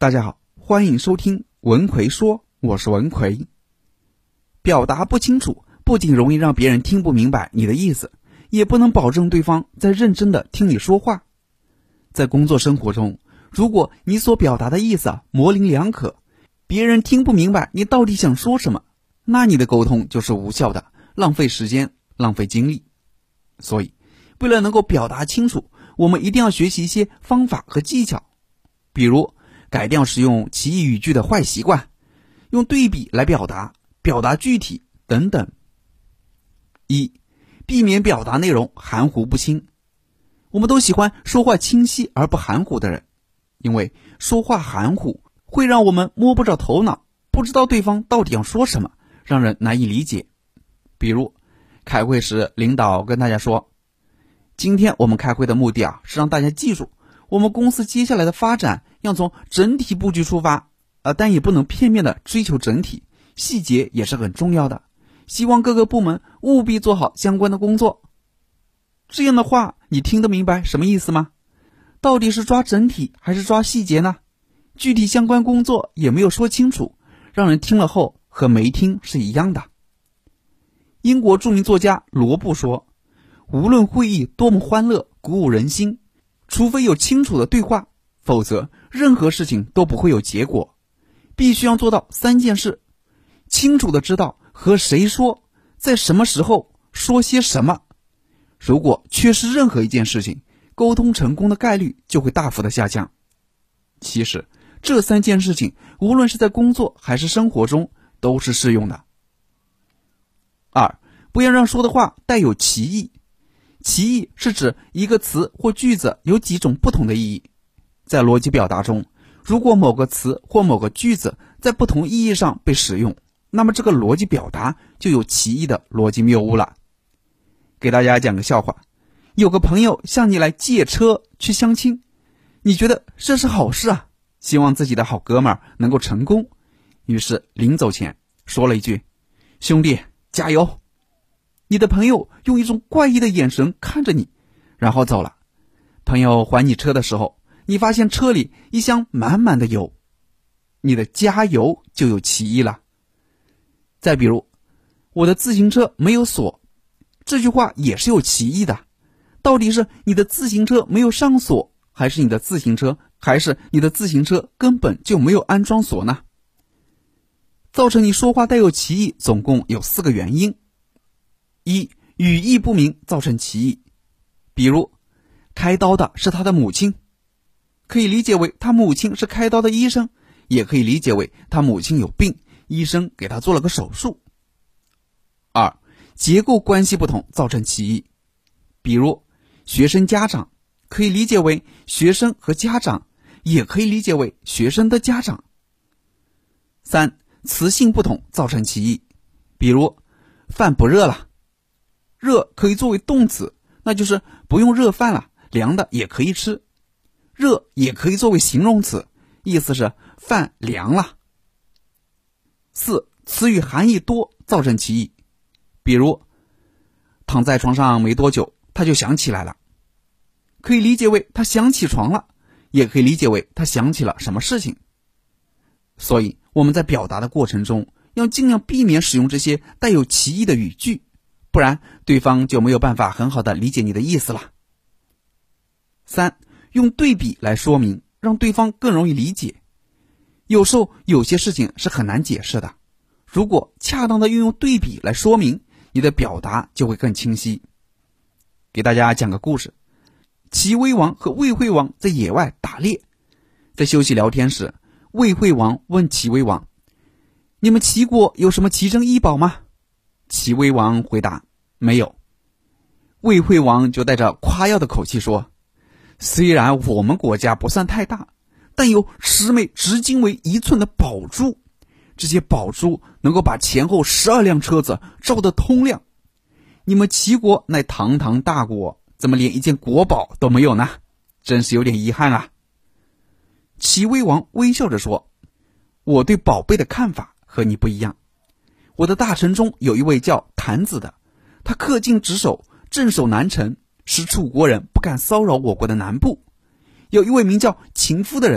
大家好，欢迎收听文奎说，我是文奎。表达不清楚，不仅容易让别人听不明白你的意思，也不能保证对方在认真的听你说话。在工作生活中，如果你所表达的意思模棱两可，别人听不明白你到底想说什么，那你的沟通就是无效的，浪费时间，浪费精力。所以，为了能够表达清楚，我们一定要学习一些方法和技巧，比如改掉使用奇异语句的坏习惯，用对比来表达，表达具体等等。一、避免表达内容含糊不清。我们都喜欢说话清晰而不含糊的人，因为说话含糊会让我们摸不着头脑，不知道对方到底要说什么，让人难以理解。比如开会时，领导跟大家说，今天我们开会的目的是让大家记住我们公司接下来的发展要从整体布局出发，但也不能片面的追求整体，细节也是很重要的，希望各个部门务必做好相关的工作。这样的话，你听得明白什么意思吗？到底是抓整体还是抓细节呢？具体相关工作也没有说清楚，让人听了后和没听是一样的。英国著名作家罗布说，无论会议多么欢乐，鼓舞人心，除非有清楚的对话，否则任何事情都不会有结果。必须要做到3件事：清楚的知道和谁说，在什么时候说些什么。如果缺失任何一件事情，沟通成功的概率就会大幅的下降。其实这3件事情无论是在工作还是生活中都是适用的。2、不要让说的话带有歧义。歧义是指一个词或句子有几种不同的意义。在逻辑表达中，如果某个词或某个句子在不同意义上被使用，那么这个逻辑表达就有歧义的逻辑谬误了。给大家讲个笑话，有个朋友向你来借车去相亲，你觉得这是好事啊，希望自己的好哥们儿能够成功，于是临走前说了一句，兄弟加油。你的朋友用一种怪异的眼神看着你，然后走了。朋友还你车的时候，你发现车里一箱满满的油，你的加油就有歧义了。再比如，我的自行车没有锁，这句话也是有歧义的，到底是你的自行车没有上锁，还是你的自行车根本就没有安装锁呢？造成你说话带有歧义总共有4个原因。一、语义不明造成歧义。比如开刀的是他的母亲，可以理解为他母亲是开刀的医生，也可以理解为他母亲有病，医生给他做了个手术。2、结构关系不同造成歧义。比如学生家长，可以理解为学生和家长，也可以理解为学生的家长。3、词性不同造成歧义。比如饭不热了，热可以作为动词，那就是不用热饭了，凉的也可以吃。热也可以作为形容词，意思是饭凉了。4、词语含义多造成歧义。比如躺在床上没多久，他就想起来了，可以理解为他想起床了，也可以理解为他想起了什么事情。所以我们在表达的过程中，要尽量避免使用这些带有歧义的语句，不然对方就没有办法很好的理解你的意思了。3、用对比来说明，让对方更容易理解。有时候有些事情是很难解释的，如果恰当的运用对比来说明，你的表达就会更清晰。给大家讲个故事，齐威王和魏惠王在野外打猎，在休息聊天时，魏惠王问齐威王，你们齐国有什么奇珍异宝吗？齐威王回答，没有。魏惠王就带着夸耀的口气说，虽然我们国家不算太大，但有10枚直径为1寸的宝珠，这些宝珠能够把前后12辆车子照得通亮。你们齐国乃堂堂大国，怎么连一件国宝都没有呢？真是有点遗憾啊。齐威王微笑着说，我对宝贝的看法和你不一样。我的大臣中有一位叫谭子的，他恪尽职守，镇守南城，使楚国人不敢骚扰我国的南部。有一位名叫秦夫的人，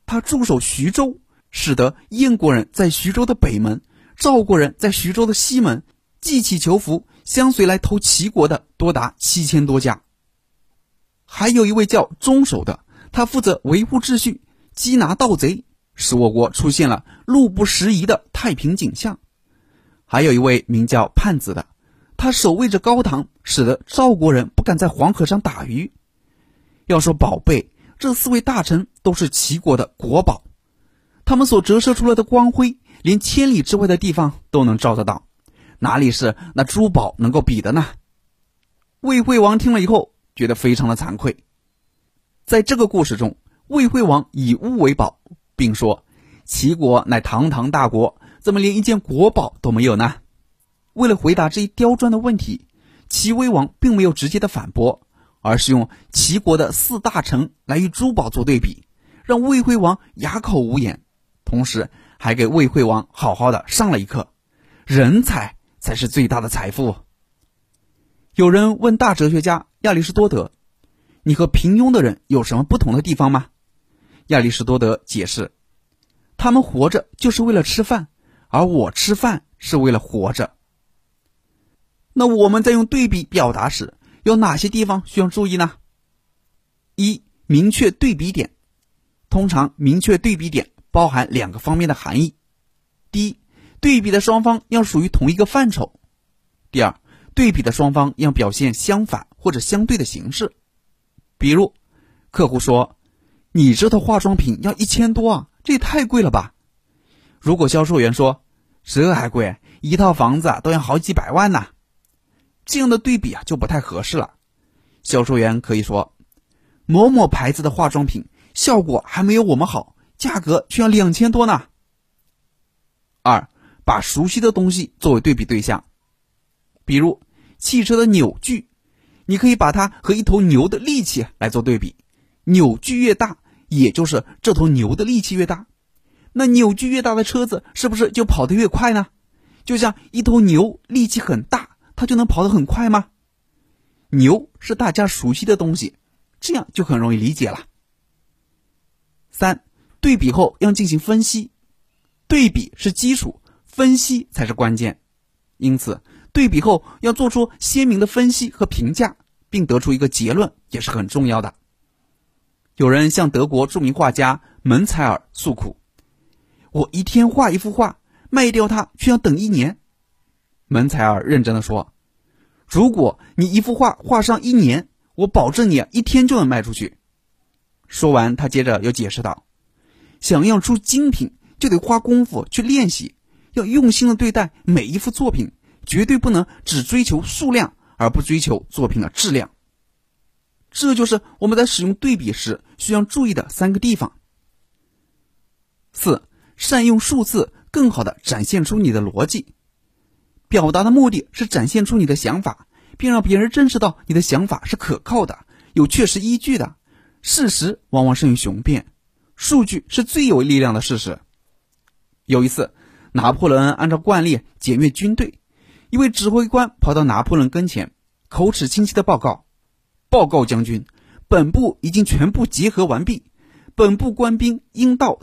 他驻守徐州，使得燕国人在徐州的北门，赵国人在徐州的西门，祭旗求福，相随来投齐国的多达7000多家。还有一位叫中守的，他负责维护秩序，缉拿盗贼，使我国出现了路不拾遗的太平景象。还有一位名叫盼子的，他守卫着高唐，使得赵国人不敢在黄河上打鱼。要说宝贝，这4位大臣都是齐国的国宝，他们所折射出来的光辉，连千里之外的地方都能照得到，哪里是那珠宝能够比的呢？魏惠王听了以后觉得非常的惭愧。在这个故事中，魏惠王以物为宝，并说齐国乃堂堂大国，怎么连一件国宝都没有呢？为了回答这一刁钻的问题，齐威王并没有直接的反驳，而是用齐国的4大臣来与珠宝做对比，让魏惠王哑口无言，同时还给魏惠王好好的上了一课，人才才是最大的财富。有人问大哲学家亚里士多德，你和平庸的人有什么不同的地方吗？亚里士多德解释，他们活着就是为了吃饭，而我吃饭是为了活着。那我们在用对比表达时，有哪些地方需要注意呢？一、明确对比点。通常明确对比点包含2个方面的含义。第一，对比的双方要属于同一个范畴。第二，对比的双方要表现相反或者相对的形式。比如，客户说，你这套化妆品要1000多啊，这也太贵了吧。如果销售员说，这还贵，一套房子都要好几百万呢。这样的对比就不太合适了。销售员可以说，某某牌子的化妆品效果还没有我们好，价格却要2000多呢。二，把熟悉的东西作为对比对象。比如汽车的扭矩，你可以把它和一头牛的力气来做对比，扭矩越大，也就是这头牛的力气越大。那扭矩越大的车子是不是就跑得越快呢？就像一头牛力气很大，它就能跑得很快吗？牛是大家熟悉的东西，这样就很容易理解了。三，对比后要进行分析。对比是基础，分析才是关键。因此，对比后要做出鲜明的分析和评价，并得出一个结论也是很重要的。有人向德国著名画家门采尔诉苦，我一天画一幅画，卖掉它却要等1年。门采尔认真地说，如果你一幅画画上1年，我保证你1天就能卖出去。说完，他接着又解释道，想要出精品，就得花功夫去练习，要用心的对待每一幅作品，绝对不能只追求数量，而不追求作品的质量。这就是我们在使用对比时需要注意的3个地方。4. 善用数字，更好地展现出你的逻辑。表达的目的是展现出你的想法，并让别人认识到你的想法是可靠的，有确实依据的。事实往往胜于雄辩，数据是最有力量的事实。有一次，拿破仑按照惯例检阅军队，一位指挥官跑到拿破仑跟前，口齿清晰地报告，报告将军，本部已经全部结合完毕，本部官兵应到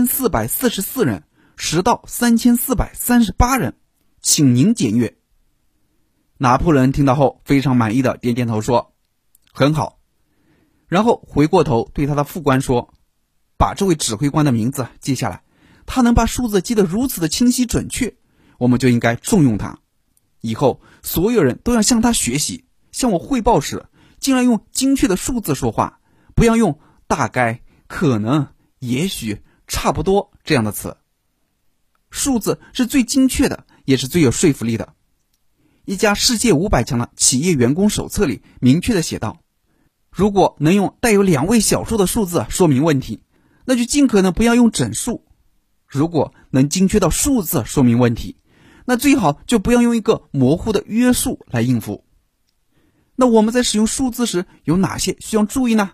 3444人，实到3438人，请您检阅。拿破仑听到后非常满意的点点头说，很好。然后回过头对他的副官说，把这位指挥官的名字记下来，他能把数字记得如此的清晰准确，我们就应该重用他。以后所有人都要向他学习，向我汇报时尽量用精确的数字说话，不要用大概、可能、也许、差不多这样的词。数字是最精确的，也是最有说服力的。一家世界500强的企业员工手册里明确地写道，如果能用带有2位小数的数字说明问题，那就尽可能不要用整数。如果能精确到数字说明问题，那最好就不要用一个模糊的约数来应付。那我们在使用数字时有哪些需要注意呢？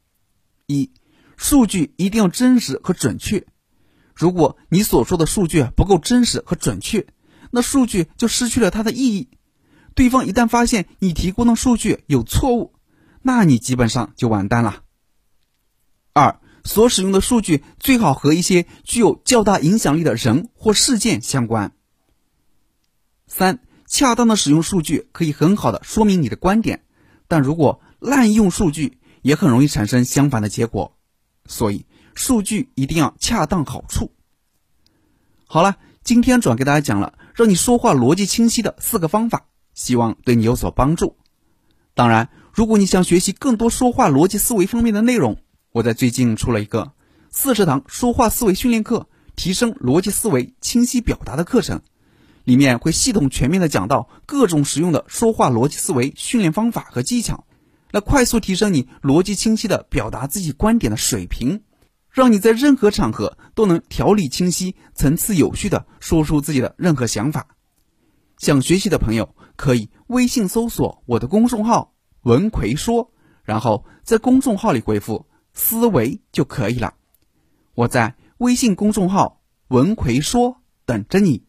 1. 数据一定要真实和准确。如果你所说的数据不够真实和准确，那数据就失去了它的意义。对方一旦发现你提供的数据有错误，那你基本上就完蛋了。2. 所使用的数据最好和一些具有较大影响力的人或事件相关。3、恰当的使用数据可以很好的说明你的观点，但如果滥用数据，也很容易产生相反的结果。所以数据一定要恰当好处。好了，今天主要给大家讲了让你说话逻辑清晰的4个方法，希望对你有所帮助。当然，如果你想学习更多说话逻辑思维方面的内容，我在最近出了一个40堂说话思维训练课，提升逻辑思维清晰表达的课程，里面会系统全面的讲到各种实用的说话逻辑思维训练方法和技巧，来快速提升你逻辑清晰的表达自己观点的水平，让你在任何场合都能条理清晰、层次有序的说出自己的任何想法。想学习的朋友可以微信搜索我的公众号文奎说，然后在公众号里回复思维就可以了。我在微信公众号文奎说等着你。